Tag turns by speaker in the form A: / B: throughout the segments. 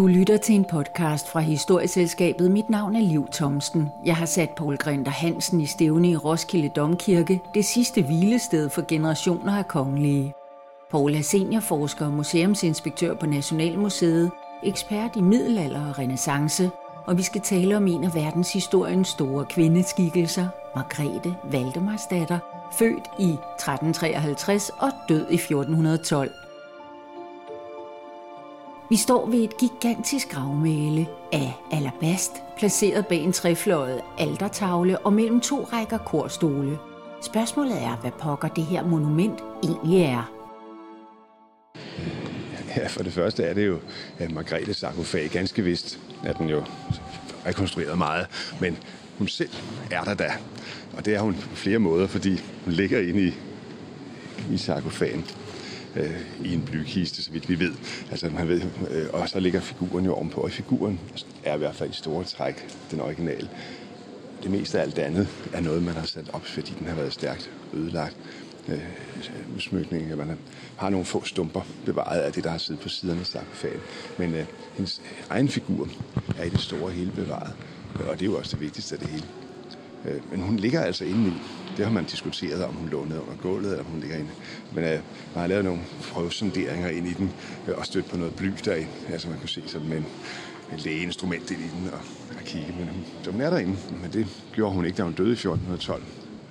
A: Du lytter til en podcast fra Historieselskabet. Mit navn er Liv Thomsen. Jeg har sat Poul Grinter Hansen i stævne i Roskilde Domkirke, det sidste hvilested for generationer af kongelige. Poul er seniorforsker og museumsinspektør på Nationalmuseet, ekspert i middelalder og renæssance, og vi skal tale om en af verdenshistoriens store kvindeskikkelser, Margrethe Valdemarsdatter, født i 1353 og død i 1412. Vi står ved et gigantisk gravmæle af alabast, placeret bag en trefløjet altertavle og mellem to rækker korstole. Spørgsmålet er, hvad pokker det her monument egentlig er.
B: Ja, for det første er det jo Margrethes sarkofag. Ganske vist er den jo rekonstrueret meget, men hun selv er der da. Og det er hun på flere måder, fordi hun ligger inde i sarkofagen. I en blykiste, så vidt vi ved. Altså, man ved, og så ligger figuren jo ovenpå, og figuren er i hvert fald i store træk den originale. Det meste af alt andet er noget, man har sat op, fordi den har været stærkt ødelagt. Udsmykningen, man har nogle få stumper bevaret af det, der har siddet på siderne af sarkofagen. Men hendes egen figur er i det store hele bevaret, og det er jo også det vigtigste af det hele. Men hun ligger altså inde i. Det har man diskuteret, om hun lå ned under gulvet, eller om hun ligger inde. Men man har lavet nogle prøvesonderinger ind i den, og stødt på noget bly derinde. Altså man kunne se sådan med en lægeinstrument ind i den og kigge. Men hun er derinde, men det gjorde hun ikke, da hun døde i 1412.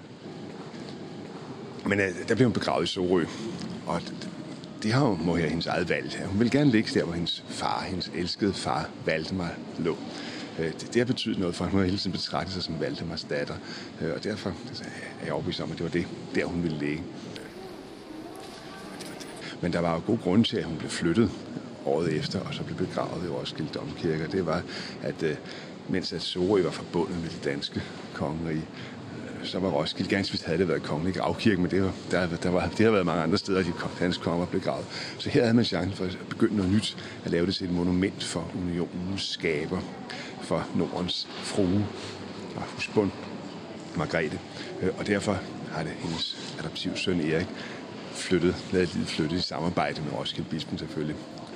B: Men der blev hun begravet i Sorø, og det har må have hendes eget valg. Hun ville gerne ligge der, hvor hendes elskede far, Valdemar, lå. Det har betydet noget for, at hun har hele tiden betragtet sig som Valdemars datter, og derfor er jeg overbevist om, at det var det, der hun ville ligge. Men der var jo god grund til, at hun blev flyttet året efter, og så blev begravet i Roskilde Domkirke. Det var, at mens Sorø var forbundet med det danske kongerige, så var Roskilde, ganske vist havde det været kongelig gravkirke, men det har været mange andre steder, de danske konger blev begravet. Så her havde man chancen for at begynde noget nyt, at lave det til et monument for unionens skaber, for Nordens frue og husbund, Margrethe. Og derfor har det hendes adoptiv søn Erik ladet flytte i samarbejde med Roskilde Bispen selvfølgelig.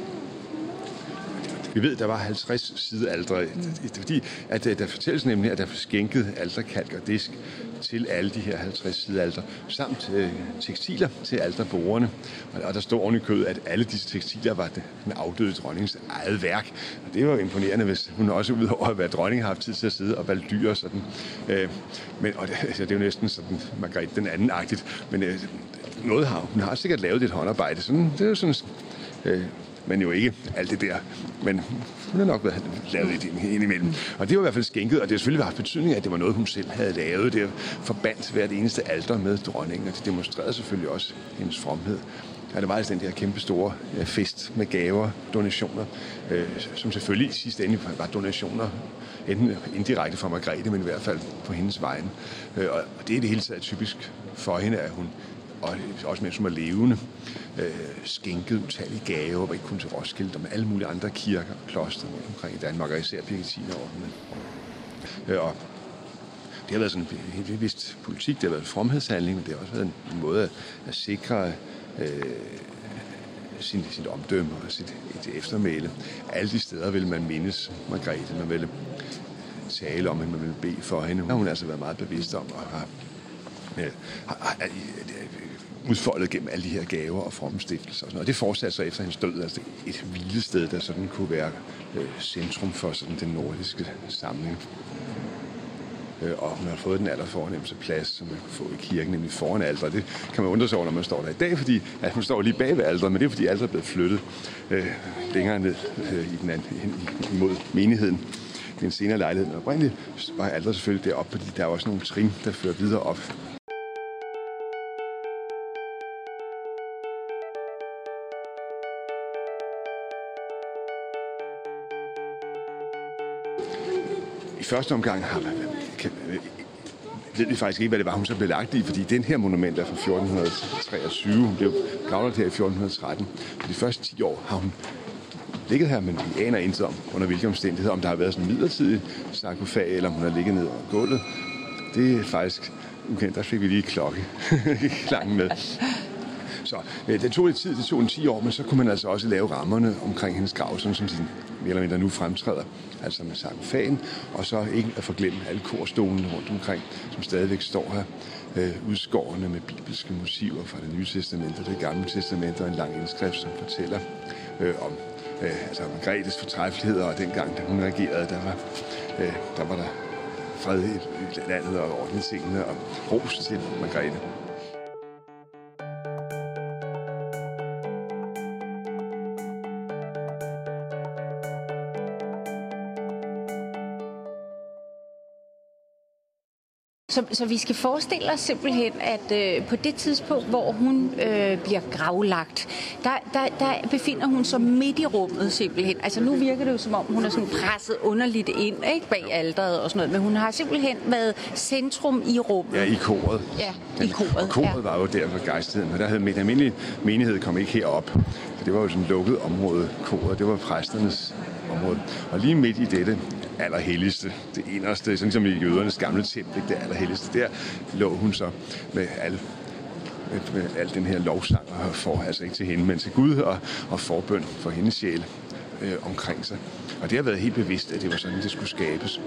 B: Vi ved, at der var 50 sidealdre. Det er fordi, at der fortælles nemlig, at der var skænket alterkalk og disk til alle de her 50 sidealdre, samt tekstiler til alterbordene. Og der står oven i købet, at alle disse tekstiler var den afdøde dronningens eget værk. Og det var imponerende, hvis hun også udover at være dronning har haft tid til at sidde og valdyre sådan. Men det er jo næsten sådan Margrethe den anden-agtigt. Men noget har hun har sikkert lavet et håndarbejde. Sådan, det er jo sådan... men jo ikke alt det der. Men hun har nok været lavet lidt indimellem. Og det var i hvert fald skænket, og det har selvfølgelig haft betydning, at det var noget, hun selv havde lavet. Det forbandt hvert eneste alter med dronningen, og det demonstrerede selvfølgelig også hendes fromhed. Ja, der var altså den der kæmpe store fest med gaver, donationer, som selvfølgelig i sidste ende var donationer, enten indirekte fra Margrethe, men i hvert fald på hendes vegne. Og det er det hele taget typisk for hende, at hun og også mens hun var levende, skænkede utallige gaver, ikke kun til Roskilde, men alle mulige andre kirker og kloster omkring i Danmark, og især Birgittinerordenen. Og det har været sådan en helt vist politik, det har været en fromhedshandling, men det har også været en måde at sikre sit omdømme og sit eftermæle. Alle de steder vil man mindes Margrethe, man vil tale om hende, man vil bede for hende. Hun har altså været meget bevidst om at har udfoldet gennem alle de her gaver og fromstiftelser og sådan noget. Og det fortsatte så efter hendes død, altså et hvilested, der sådan kunne være centrum for sådan den nordiske samling. Og hun har fået den allerfornemmeste plads, som man kunne få i kirken, nemlig foran alteret. Det kan man undre sig over, når man står der i dag, fordi at hun står lige bag ved alteret, men det er fordi alteret er blevet flyttet længere ned imod menigheden. Det er en senere lejlighed, men oprindeligt var alteret selvfølgelig deroppe, fordi der er også nogle trin, der fører videre op. I første omgang ved vi faktisk ikke, hvad det var, hun så blev lagt i, fordi den her monument er fra 1423. Hun blev gravlagt her i 1413. For de første 10 år har hun ligget her, men vi aner intet om, under hvilke omstændigheder, om der har været sådan en midlertidig sarkofag, eller om hun har ligget ned over gulvet. Det er faktisk ukendt. Der fik vi lige klokkeklangen med. Så det tog lidt tid, det tog 10 år, men så kunne man altså også lave rammerne omkring hendes grav, sådan som sin mere eller mindre nu fremtræder, altså med sarkofagen, og så ikke at forglemme alle korstolene rundt omkring, som stadigvæk står her, udskårne med bibelske motiver fra det nye testamente og det gamle testamente, og en lang indskrift, som fortæller om Margrethes fortræffeligheder, og dengang, da hun regerede, der var der fred i landet og orden i tingene, og ros til Margrethe.
A: Så vi skal forestille os simpelthen, at på det tidspunkt, hvor hun bliver gravlagt, der befinder hun sig midt i rummet simpelthen. Altså nu virker det jo som om, hun er sådan presset underligt ind, ikke, bag alteret og sådan noget, men hun har simpelthen været centrum i rummet.
B: Ja, i koret.
A: Ja, i koret.
B: Og koret var jo der for gejstheden, og der havde den almindelige menighed kom ikke herop, for det var jo sådan et lukket område, koret, det var præsternes område. Og lige midt i dette allerhelligste, det eneste, sådan som i jødernes gamle tempel, det allerhelligste, der lå hun så med al den her lovsang, altså ikke til hende, men til Gud, og forbøn for hendes sjæl omkring sig. Og det har været helt bevidst, at det var sådan, det skulle skabes.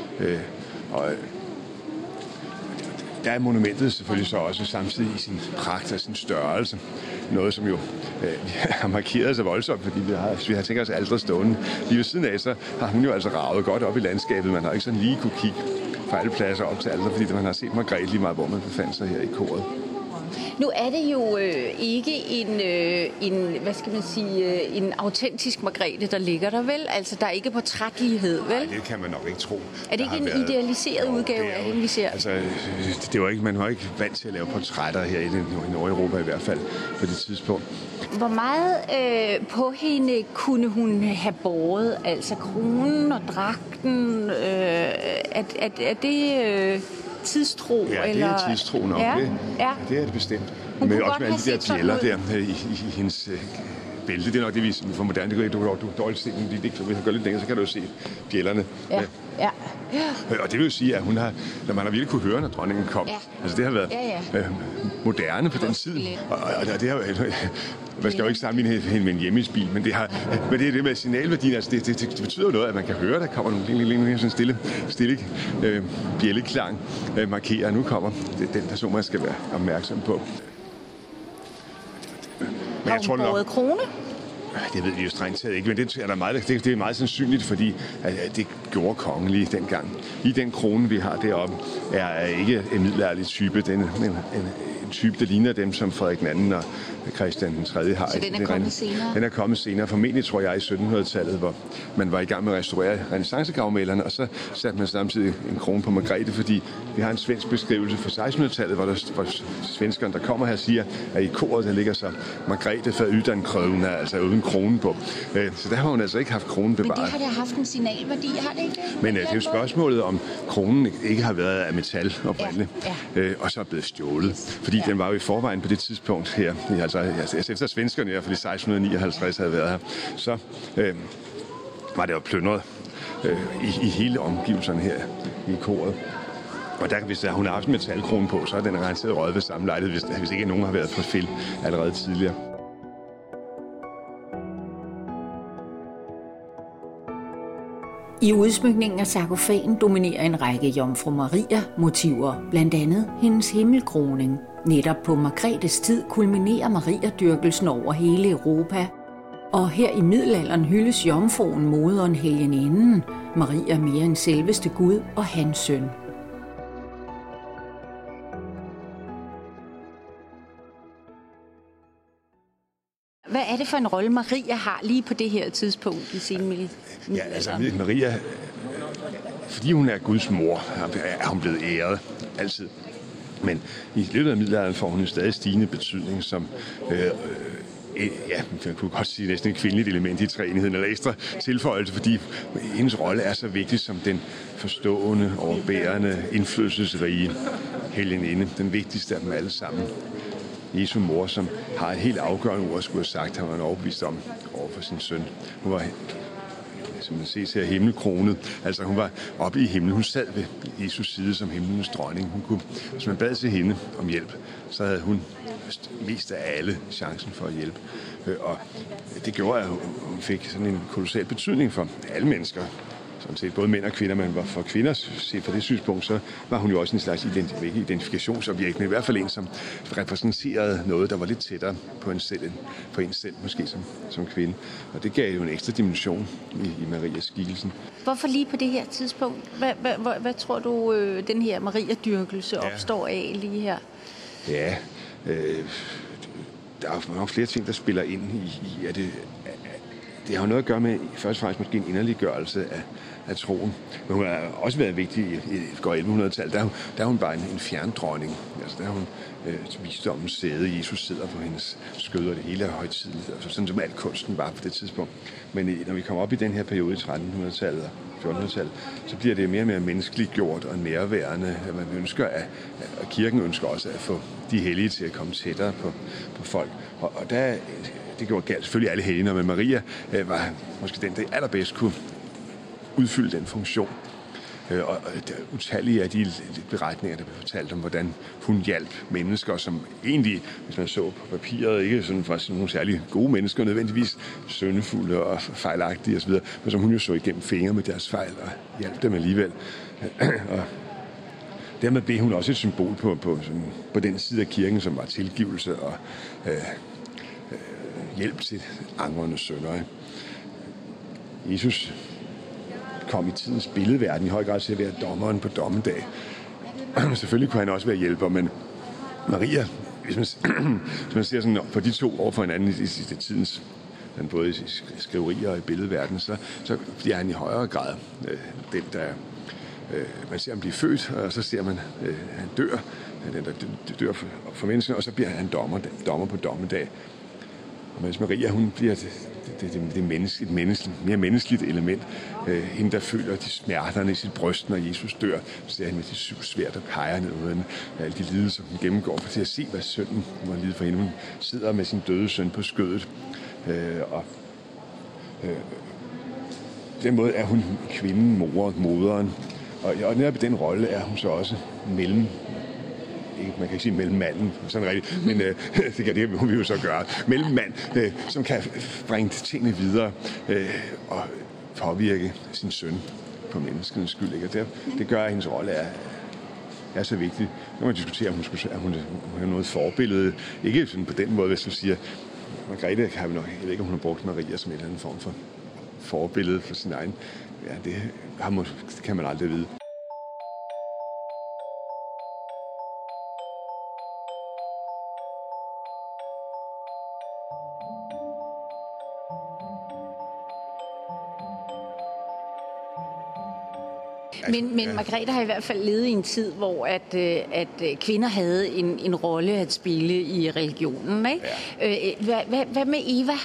B: Der er monumentet selvfølgelig så også samtidig i sin pragt og sin størrelse. Noget, som jo har markeret sig voldsomt, fordi vi har tænkt os aldrig stående. Lige ved siden af, så har hun jo altså ravet godt op i landskabet. Man har ikke sådan lige kunne kigge fra alle pladser op til aldrig, fordi man har set Margrethe lige meget, hvor man befandt sig her i koret.
A: Nu er det jo ikke en, hvad skal man sige, en autentisk Margrethe, der ligger der, vel? Altså, der er ikke portrætlighed, vel?
B: Nej, det kan man nok ikke tro.
A: Er det ikke en idealiseret udgave af hende, vi ser?
B: Altså, man var ikke vant til at lave portrætter her i Nordeuropa i hvert fald på det tidspunkt.
A: Hvor meget på hende kunne hun have båret? Altså, kronen og dragten, er det tidstro?
B: Ja, det er tidstro nok.
A: Ja.
B: Det er det bestemt.
A: Hun
B: men
A: kunne
B: også med alle de der bjælder der i hendes bælte. Det er nok det, vi for moderne. Du kan dårligt se dem. Hvis du gør lidt længere, så kan du jo se bjællerne.
A: Ja.
B: Og det vil jo sige, at hun har, når man har virkelig kunne høre, når dronningen kom. Ja. Altså det har været moderne på den tid. Og det har man skal jo ikke sammenligne hende med en hjemmesbil, men det er det med signalværdien. Altså det betyder jo noget, at man kan høre, der kommer nogle sådan stille bjælleklang markerer, at nu kommer den person, man skal være opmærksom på.
A: Men har hun båret krone?
B: Det ved vi jo strengt taget ikke, men det er meget sandsynligt, fordi at det gjorde kongelige dengang. I den krone, vi har deroppe, er ikke en middelalderlig type. Den en type, der ligner dem, som Frederik II og Christian den 3. har.
A: Så den er kommet senere?
B: Den er kommet senere, formentlig tror jeg i 1700-tallet, hvor man var i gang med at restaurere renæssancegravmalerne, og så satte man samtidig en krone på Margrethe, fordi vi har en svensk beskrivelse fra 1600-tallet, hvor svenskeren, der kommer her, siger, at i koret, der ligger så Margrethe for ydan krøvene, altså uden kronen på. Så der har hun altså ikke haft kronen bevaret.
A: Men det har da haft en signalværdi, har det ikke det?
B: Men det er jo spørgsmålet, om kronen ikke har været af metal oprindeligt, og så er blevet stjålet. Fordi den var jo i forvejen på det tidspunkt her, altså efter svenskerne i hvert fald i 1659 havde været her, så var det jo plyndret i hele omgivelserne her i koret. Og der, hvis hun har haft en metalkrone på, så er den garanteret røget ved samme lejlighed, hvis ikke nogen har været på film allerede tidligere.
A: I udsmykningen af sarkofagen dominerer en række Jomfru Maria-motiver, blandt andet hendes himmelkroning. Netop på Margrethes tid kulminerer Maria-dyrkelsen over hele Europa. Og her i middelalderen hyldes jomfruen, moderen, helgeninden, Maria mere end selveste Gud og hans søn. Hvad er det for en rolle, Maria har lige på det her tidspunkt i senmiddelalderen?
B: Ja, altså Maria, fordi hun er Guds mor, er hun blevet æret altid. Men i løbet af middelalderen får hun en stadig stigende betydning som, man kunne godt sige næsten et kvindeligt element i træenigheden, eller ekstra tilføjelse, fordi hendes rolle er så vigtig som den forstående, overbærende, indflydelsesrige helgeninde, den vigtigste af dem alle sammen. Jesu mor, som har et helt afgørende ord, skulle have sagt, han var overbevist om over for sin søn. Hun var som man ses her, himmelkronet. Altså hun var oppe i himlen. Hun sad ved Jesus side som himlens dronning. Hun kunne, hvis man bad til hende om hjælp, så havde hun mest af alle chancen for at hjælpe. Og det gjorde, at hun fik sådan en kolossal betydning for alle mennesker. Sådan set både mænd og kvinder, men for kvinder set fra det synspunkt, så var hun jo også en slags identifikationsobjekt, men i hvert fald en, som repræsenterede noget, der var lidt tættere på en selv, på en selv måske som kvinde. Og det gav jo en ekstra dimension i Marias skikkelsen.
A: Hvorfor lige på det her tidspunkt? Hvad tror du, den her Maria-dyrkelse opstår af lige her?
B: Ja, der er jo nok flere ting, der spiller ind i at det har jo noget at gøre med først og fremmest måske en inderliggørelse af troen. Men hun har også været vigtig i 1100-tallet. Der er hun bare en fjerndronning. Altså, der er hun visdommens sæde. Jesus sidder på hendes skød, og det hele er højtideligt. Altså, sådan som al kunsten var på det tidspunkt. Men når vi kommer op i den her periode i 1300-tallet og 1400-tallet, så bliver det mere og mere menneskeligt gjort og nærværende. Man ønsker, og kirken ønsker også at få de hellige til at komme tættere på folk. Og der det gjorde galt selvfølgelig alle helgener, men Maria var måske den, der allerbedst kunne udfylde den funktion. Og utallige af de beretninger, der blev fortalt om, hvordan hun hjalp mennesker, som egentlig, hvis man så på papiret, ikke sådan for nogle særlig gode mennesker, nødvendigvis syndefulde og fejlagtige osv., men som hun jo så igennem fingre med deres fejl og hjalp dem alligevel. Og dermed blev hun også et symbol på den side af kirken, som var tilgivelse og hjælp til angrende syndere. Jesus kom i tidens billedverden i høj grad til at være dommeren på dommedag. Selvfølgelig kunne han også være hjælper, men Maria, hvis man ser sådan på de to over for hinanden i tidens, både i skriverier og i billedverden, så bliver han i højere grad den, der man ser ham blive født, og så ser man, han dør, den der dør for mennesker, og så bliver han dommer på dommedag. Og mens Maria, hun bliver et mere menneskeligt element. Hende, der føler de smerterne i sit bryst, når Jesus dør, så ser hende med de 7 sværd, der peger ned over hende. Alle de lidelser, hun gennemgår, for til at se, hvad sønnen må lide for hende. Hun sidder med sin døde søn på skødet. Og på den måde er hun kvinden, moderen. Og netop i den rolle er hun så også mellem. Man kan ikke sige mellemmanden, sådan rigtigt, men det må vi jo så gøre. Mellemmand, som kan bringe tingene videre og påvirke sin søn på menneskenes skyld. Ikke? Og det gør, at hendes rolle er så vigtig. Nu kan man diskutere, om hun har noget forbillede. Ikke sådan på den måde, hvis du siger, Margrethe har vi nok, jeg ved ikke, om hun har brugt Maria som en eller anden form for forbillede for sin egen. Ja, det kan man aldrig vide.
A: Men Margrethe har i hvert fald levet i en tid, hvor at kvinder havde en rolle at spille i religionen, ikke? Ja. Hvad med Eva?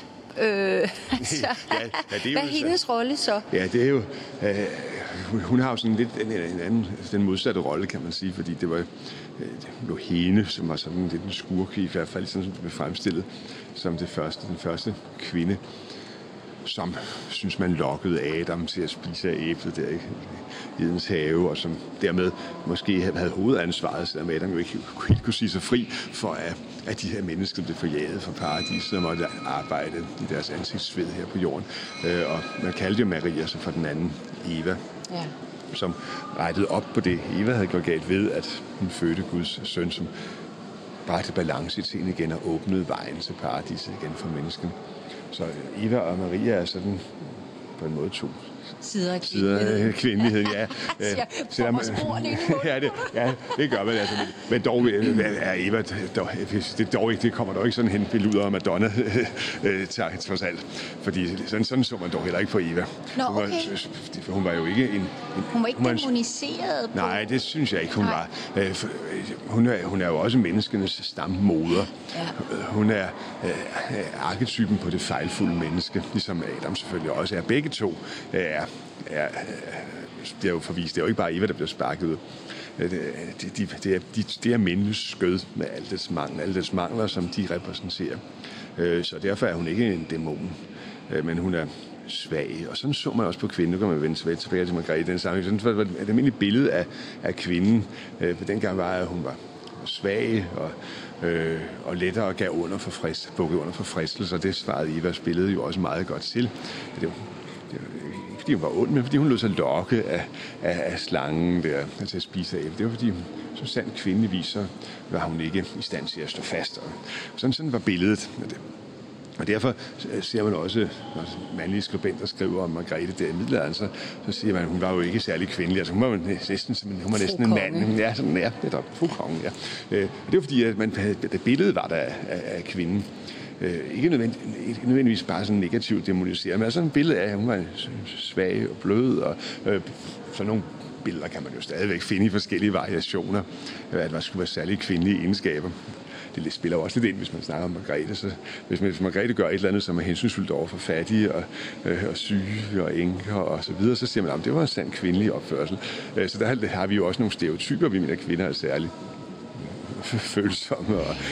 A: Hvad er hendes rolle så?
B: Ja, det er jo... hun har jo sådan lidt den modsatte rolle, kan man sige, fordi det var jo hende, som var sådan lidt en skurke, i hvert fald sådan, som det blev fremstillet som den første kvinde, som synes man lokkede Adam til at spise af æblet der i Edens have, og som dermed måske havde hovedansvaret, selvom Adam jo ikke helt kunne sige sig fri for, at de her mennesker blev forjaget fra paradiset og måtte arbejde i deres ansigtssved her på jorden. Og man kaldte jo Maria så for den anden Eva, som rettede op på det, Eva havde gjort galt ved, at hun fødte Guds søn, som bragte balance til hende igen og åbnede vejen til paradiset igen for mennesken. Så Eva og Maria er sådan på en måde to
A: sider af
B: kvindeligheden. Ja. Det gør man altså. Men dog er Eva, det kommer dog ikke sådan hen billeder af Madonna trods alt. Fordi sådan så man dog heller ikke på Eva.
A: Nå, okay.
B: Hun var jo ikke en...
A: Hun var ikke demoniseret?
B: Nej, det synes jeg ikke, hun var. Hun er jo også menneskenes stammoder. Ja. Hun er arketypen på det fejlfulde menneske, ligesom Adam selvfølgelig også er. Begge to det er jo forvist. Det er jo ikke bare Eva, der bliver sparket ud. Det er menneskets skød med alle dets mangler, som de repræsenterer. Så derfor er hun ikke en dæmon. men hun er svag. Og sådan så man også på kvinden. Nu kan man vende tilbage til Margrethe i den sammenhæng. Sådan var det et almindeligt billede af kvinden. Dengang var, at hun var svag og lettere gav bukkede under for fristelser. Det svarede Evas billede jo også meget godt til. Det ikke fordi hun var ond, men fordi hun lod sig lokke af slangen der, til at spise af. Det var fordi, som sand kvindevis, så var hun ikke i stand til at stå fast. Og sådan var billedet. Og derfor ser man også, når mandlige skribenter skriver om Margrethe der i middelalderen, så siger man, at hun var jo ikke særlig kvindelig. Altså hun var næsten en mand. Ja, sådan er det der. Fru konge, ja. Det var fordi, at det billede var der af kvinden. Ikke nødvendigvis bare sådan negativt demoniseret, men altså et billede af, at hun var svag og blød, og sådan nogle billeder kan man jo stadigvæk finde i forskellige variationer, at der skulle være særlige kvindelige egenskaber. Det spiller jo også lidt ind, hvis man snakker om Margrethe. Så hvis Margrethe gør et eller andet, som er hensynsfuldt over for fattige og syge og enker og så videre, så siger man, at det var en sand kvindelig opførsel. Så der har vi jo også nogle stereotyper, vi mener, at kvinder er særligt følsomme.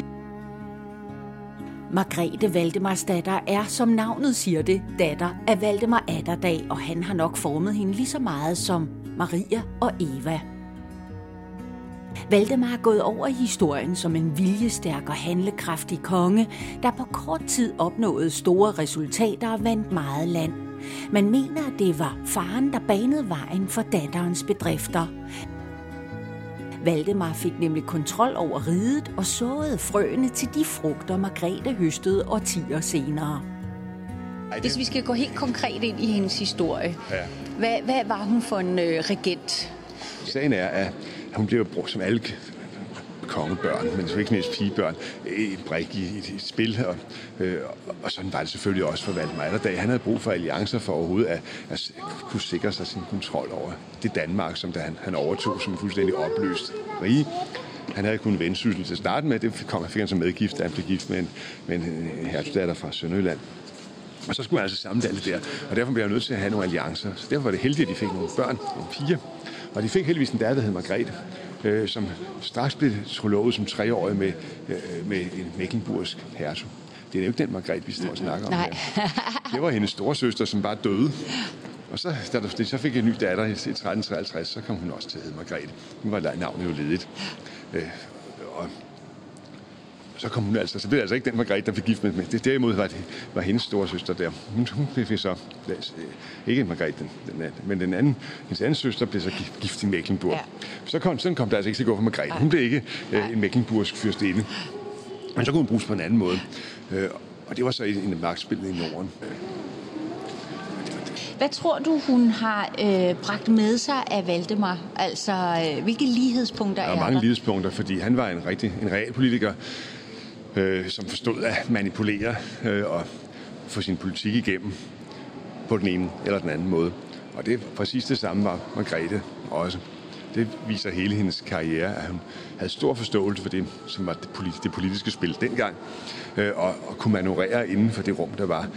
A: Margrethe Valdemarsdatter er, som navnet siger det, datter af Valdemar Atterdag, og han har nok formet hende lige så meget som Maria og Eva. Valdemar er gået over i historien som en viljestærk og handlekraftig konge, der på kort tid opnåede store resultater og vandt meget land. Man mener, at det var faren, der banede vejen for datterens bedrifter. Valdemar fik nemlig kontrol over riget og såede frøene til de frugter, Margrethe høstede årtier senere. Hvis vi skal gå helt konkret ind i hendes historie, hvad var hun for en regent?
B: Sagen er, at hun blev brugt som alle kongebørn, men så ikke mindst pigebørn, en brik i et spil. Og sådan var det selvfølgelig også for Valdemar Atterdag. Han havde brug for alliancer for overhovedet at kunne sikre sig sin kontrol over det Danmark, som han overtog som fuldstændig opløst rige. Han havde kun vendsyssel til at starte med. Det fik han som medgift, da han blev gift med en hertugsdatter fra Sønderjylland. Og så skulle han altså samle alt det der. Og derfor blev jeg nødt til at have nogle alliancer. Så derfor var det heldigt, at de fik nogle børn, nogle piger. Og de fik heldigvis en datter, der hed Margrethe, som straks blev trolovet som 3-årig med en mecklenburgsk hertug. Det er jo ikke den Margrethe, vi står og snakker om her. Det var hendes storesøster, som bare døde. Og så, da de så fik en ny datter i 1353, så kom hun også til at hedde Margrethe. Nu var navnet jo ledigt. Og så kom hun altså, så blev det altså ikke den Margrethe, der blev gift med. Det derimod var hendes storesøster der. Hun blev så, ikke Margrethe, men hendes anden søster blev så gift i Mecklenburg. Ja. Sådan kom det altså ikke til at gå for Margrethe. Hun blev ikke en mecklenburgsk fyrstinde. Men så kunne hun bruges på en anden måde. Og det var så en magtspil i Norden.
A: Hvad tror du, hun har bragt med sig af Valdemar? Altså, hvilke lighedspunkter er der?
B: Der er mange lighedspunkter, fordi han var en realpolitiker, som forstod at manipulere og få sin politik igennem på den ene eller den anden måde. Og det præcis det samme var Margrethe også. Det viser hele hendes karriere, at hun havde stor forståelse for det, som var det politiske spil dengang, og kunne manøvrere inden for det rum, der var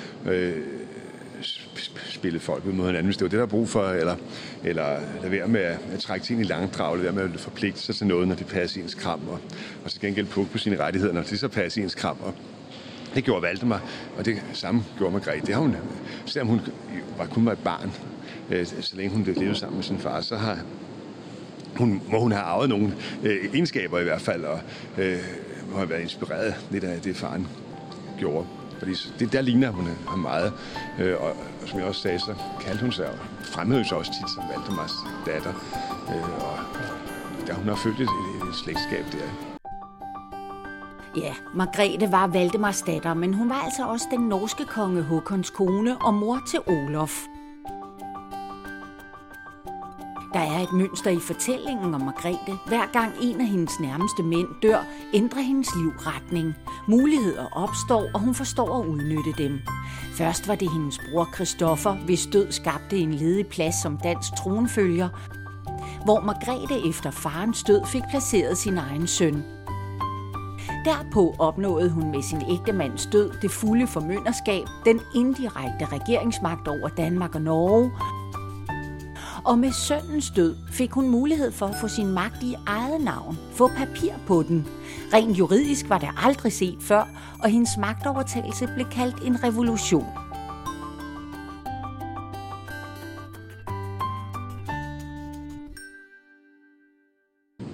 B: spille folk ud mod hinanden, hvis det var det, der er brug for, eller lade være med at trække ting i langdrag, lade være med at forpligte sig til noget, når det passer ens kram, og så gengæld pukke på sine rettigheder, når det så passer ens kram. Og det gjorde Valdemar, og det samme gjorde Margrethe. Det har hun, selvom hun kun var et barn, så længe hun levede sammen med sin far, så må hun have arvet nogle egenskaber i hvert fald, og må have været inspireret lidt af det, faren gjorde. Fordi der ligner hun ham meget, og som jeg også sagde, så kaldte hun sig og fremhævede sig også tit som Valdemars datter, og der hun har følt et slægtskab der.
A: Ja, Margrethe var Valdemars datter, men hun var altså også den norske konge Håkons kone og mor til Olof. Der er et mønster i fortællingen om Margrethe. Hver gang en af hendes nærmeste mænd dør, ændrer hendes liv retning. Muligheder opstår, og hun forstår at udnytte dem. Først var det hendes bror Christoffer, hvis død skabte en ledig plads som dansk tronfølger, hvor Margrethe efter farens død fik placeret sin egen søn. Derpå opnåede hun med sin ægtemands død det fulde formynderskab, den indirekte regeringsmagt over Danmark og Norge. Og med sønnens død fik hun mulighed for at få sin magt i eget navn, få papir på den. Rent juridisk var det aldrig set før, og hendes magtovertagelse blev kaldt en revolution.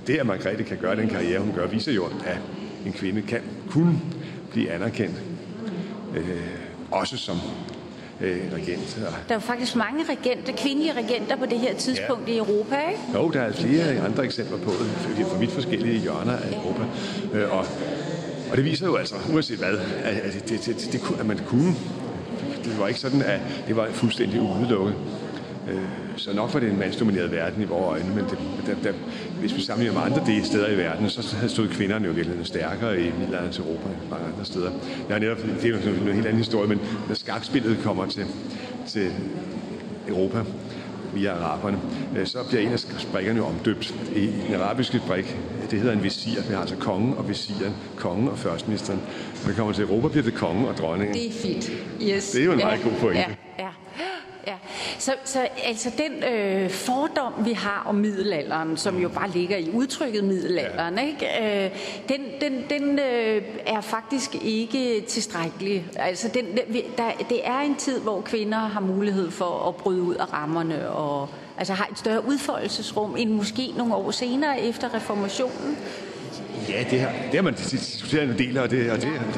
B: det, at Margrethe kan gøre den karriere, hun gør, viser jo, at en kvinde kan kun blive anerkendt, også som regent.
A: Der er jo faktisk mange kvindelige regenter på det her tidspunkt i Europa, ikke?
B: Jo, der er flere andre eksempler på det, fra vidt forskellige hjørner af Europa. Og det viser jo altså, uanset hvad, at man kunne. Det var ikke sådan, at det var fuldstændig udelukket. Så nok var det en mandsdomineret verden i vores øjne, men hvis vi sammenligner med andre steder i verden, så havde stået kvinderne jo virkelig stærkere i middelalderens Europa end mange andre steder. Det er jo en helt anden historie, men når skakspillet kommer til Europa via araberne, så bliver en af brikkerne jo omdøbt. I den arabiske brik, det hedder en visir. Vi har altså kongen og visiren, kongen og førstministeren. Når det kommer til Europa, bliver det kongen og dronningen.
A: Det er fint. Yes.
B: Det er jo en meget god pointe.
A: Ja. Så altså den fordom, vi har om middelalderen, som jo bare ligger i udtrykket middelalderen, ikke? Den er faktisk ikke tilstrækkelig. Altså det er en tid, hvor kvinder har mulighed for at bryde ud af rammerne og altså har et større udfoldelsesrum end måske nogle år senere efter reformationen.
B: Ja, det har man diskuteret en del, og det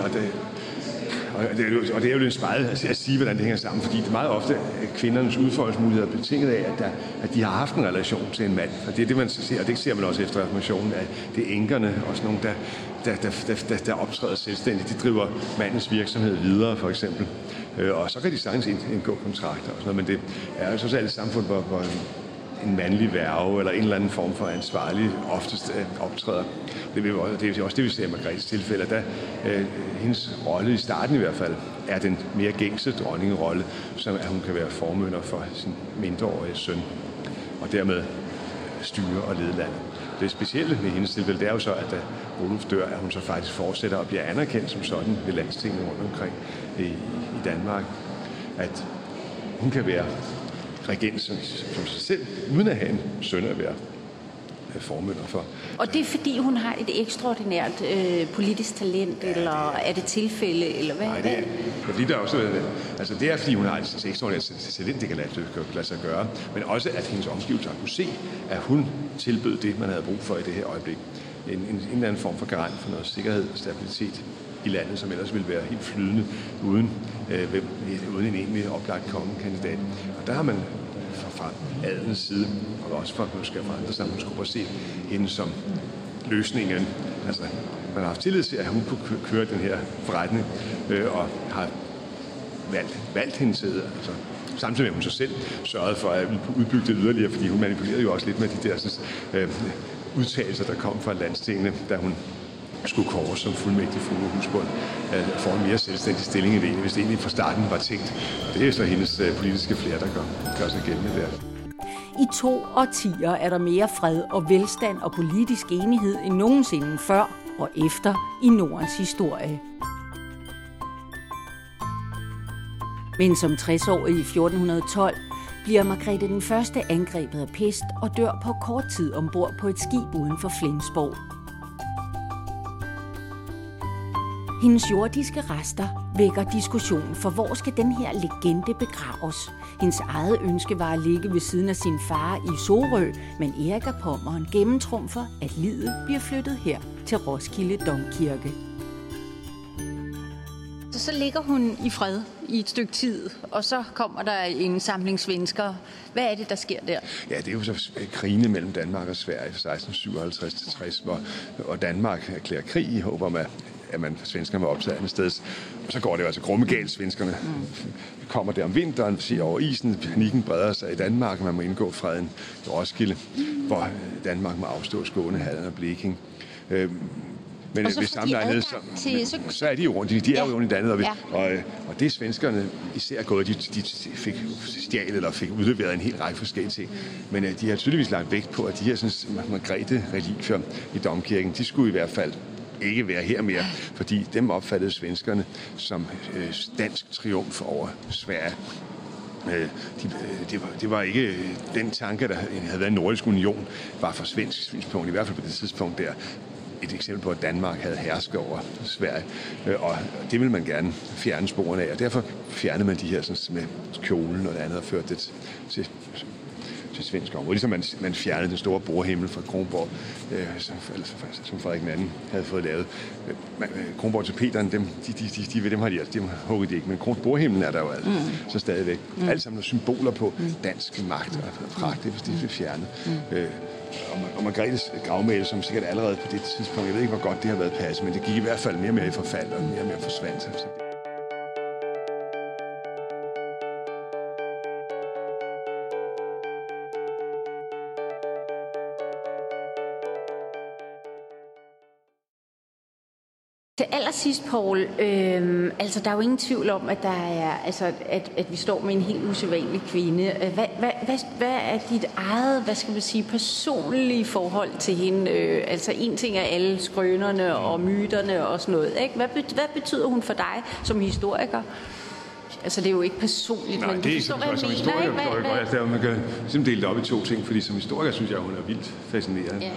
B: er jo lidt spejlet at sige, hvordan det hænger sammen, fordi det er meget ofte kvindernes udfoldelsesmuligheder er betinget af, at de har haft en relation til en mand. Og det er det, man ser, og det ser man også efter reformationen, at det er enkerne, også nogle, der optræder selvstændigt. De driver mandens virksomhed videre, for eksempel. Og så kan de sagtens indgå kontrakter og sådan noget, men det er jo så et samfund, hvor en mandlig værge eller en eller anden form for ansvarlig oftest optræder. Det er også det, vi ser i Margrethes tilfælde, at hendes rolle i starten i hvert fald er den mere gængse dronningerolle, som at hun kan være formynder for sin mindreårige søn, og dermed styre og lede landet. Det specielle ved hendes tilfælde, det er jo så, at da Oluf dør, at hun så faktisk fortsætter og bliver anerkendt som sådan ved landstingene rundt omkring i Danmark, at hun kan være regent som sig selv, uden at have en søn at være formynder for.
A: Og det er fordi, hun har et ekstraordinært politisk talent, eller er det tilfælde, eller hvad?
B: Nej, det er fordi, der er også, altså det er fordi, hun har et ekstraordinært talent, det kan lade sig gøre, men også at hendes omgivelser kunne se, at hun tilbød det, man havde brug for i det her øjeblik. En eller anden form for garant for noget sikkerhed og stabilitet i landet, som ellers ville være helt flydende uden en egentlig oplagt kongekandidat. Og der har man fra adelens side, og også fra andre samfundsgrupper, set hende som løsningen. Altså, man har haft tillid til, at hun kunne køre den her forretning, og har valgt hende til, altså, samtidig med, at hun så selv sørgede for at udbygge det yderligere, fordi hun manipulerede jo også lidt med de der udtalelser, der kom fra landstingene, da hun skulle kåre som fuldmægtig frue husbund for en mere selvstændig stilling end det, hvis det egentlig fra starten var tænkt. Og det er så hendes politiske flere, der gør sig gældende der.
A: I 2 årtier er der mere fred og velstand og politisk enighed end nogensinde før og efter i Nordens historie. Men som 60-årig i 1412 bliver Margrethe den første angrebet af pest og dør på kort tid ombord på et skib uden for Flensborg. Hendes jordiske rester vækker diskussion, for hvor skal den her legende begraves? Hendes eget ønske var at ligge ved siden af sin far i Sorø, men Erik af Pommern gennemtrumfer, at liget bliver flyttet her til Roskilde Domkirke. Så ligger hun i fred i et stykke tid, og så kommer der en samling svensker. Hvad er det, der sker der?
B: Ja, det er jo så krigene mellem Danmark og Sverige fra 1657-60, hvor Danmark erklærer krig i håb om, at svenskerne var optaget andet sted. Og så går det jo altså grumme galt. Svenskerne kommer der om vinteren, siger over isen, panikken breder sig i Danmark, man må indgå freden i Roskilde, hvor Danmark må afstå Skåne, Halland og Blekinge. Men ved samme lejlighed, så er de jo rundt. De er jo rundt i landet, og det er svenskerne især gået. De fik stjælet eller fik udleveret en hel række forskellige ting. Men de har tydeligvis lagt vægt på, at de her Margrethe-relikvier i domkirken, de skulle i hvert fald ikke være her mere, fordi dem opfattede svenskerne som dansk triumf over Sverige. Det var ikke den tanke, der havde været en nordisk union, var fra svensk synspunkt, i hvert fald på det tidspunkt der, et eksempel på, at Danmark havde hersket over Sverige, og det ville man gerne fjerne sporene af, og derfor fjernede man de her sådan, med kjolen og det andet og førte det til svensk område. Ligesom man fjernede den store bordhimmel fra Kronborg, som Frederik II havde fået lavet. Kronborg til Peteren, dem har de hugget de ikke, men bordhimlen er der jo så stadigvæk. Alt sammen symboler på dansk magt og pragt, det blev fjernet. Og Margrethes gravmæle, som sikkert allerede på det tidspunkt, jeg ved ikke, hvor godt det har været passet, men det gik i hvert fald mere og mere i forfald, og mere og mere forsvandt.
C: Til allersidst, Poul, altså der er jo ingen tvivl om, at der er, altså at vi står med en helt usædvanlig kvinde. Hvad er dit eget, hvad skal man sige, personlige forhold til hende? Altså en ting er alle skrønerne og myterne og sådan noget, ikke? Hvad betyder hun for dig som historiker? Altså det er jo ikke personligt,
B: nej,
C: men
B: det er som historiker forstår jeg godt. Man kan simpelthen dele det op i to ting, fordi som historiker synes jeg, hun er vildt fascinerende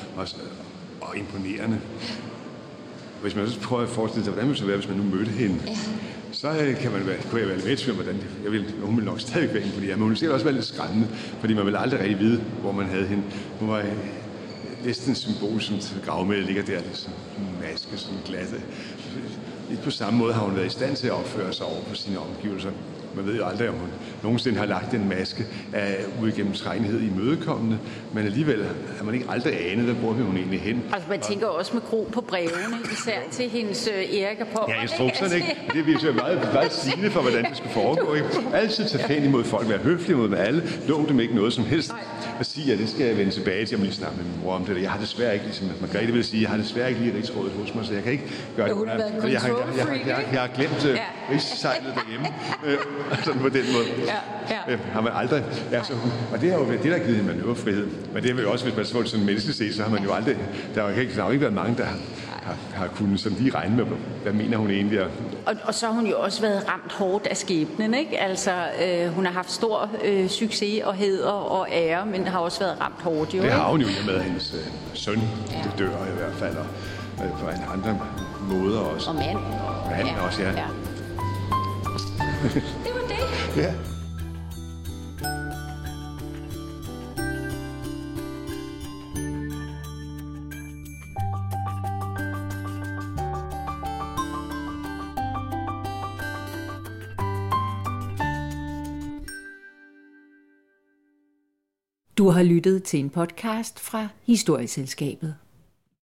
B: og imponerende. Hvis man så prøver at forestille sig, hvordan det så være, hvis man nu mødte hende, så kunne jeg være lidt med til, hvordan hun ville nok stadig være imponeret. Men hun ville sikkert også være lidt skræmmende, fordi man ville aldrig rigtig vide, hvor man havde hende. Hun var næsten en symbol, som gravmælet ligger der, sådan en maske, sådan en glat. Ikke på samme måde har hun været i stand til at opføre sig over på sine omgivelser. Man ved jo aldrig, om hun nogensinde har lagt en maske af uigennemtrængelighed i mødekommende, men alligevel har man ikke aldrig anet, hvad bruger hun egentlig hen.
C: Altså man tænker også med gro på brevene, især til hendes Erik og Poul.
B: Ja, instrukserne, ikke? Det viser jo meget sigende for, hvordan det skulle foregå, ikke? Altid tage fan imod folk, være høflig mod alle, lov dem ikke noget som helst. Og sige, at det skal jeg vende tilbage til, jeg må lige snakke med min mor om det. Jeg har desværre ikke, ligesom Margrethe vil sige, jeg har desværre ikke lige rigsrådet hos mig, så jeg kan ikke gøre det. Jeg har glemt rigssejlet derhjemme. Sådan på den måde. Har man aldrig. Og det er jo det, der har givet hende manøvrefrihed. Men det er jo også, hvis man får det sådan menneskeligt set, så har man jo aldrig. Der har jo ikke været mange, der har kunnet sådan lige regne med, hvad mener hun egentlig er.
C: Og så har hun jo også været ramt hårdt af skæbnen, ikke? Altså, hun har haft stor succes og hæder og ære, men har også været ramt hårdt, jo.
B: Det har hun jo med, at hendes søn dør i hvert fald, og på andre måder også.
C: Og mand.
B: Manden også, ja.
C: Det var det.
B: Ja.
A: Du har lyttet til en podcast fra Historieselskabet.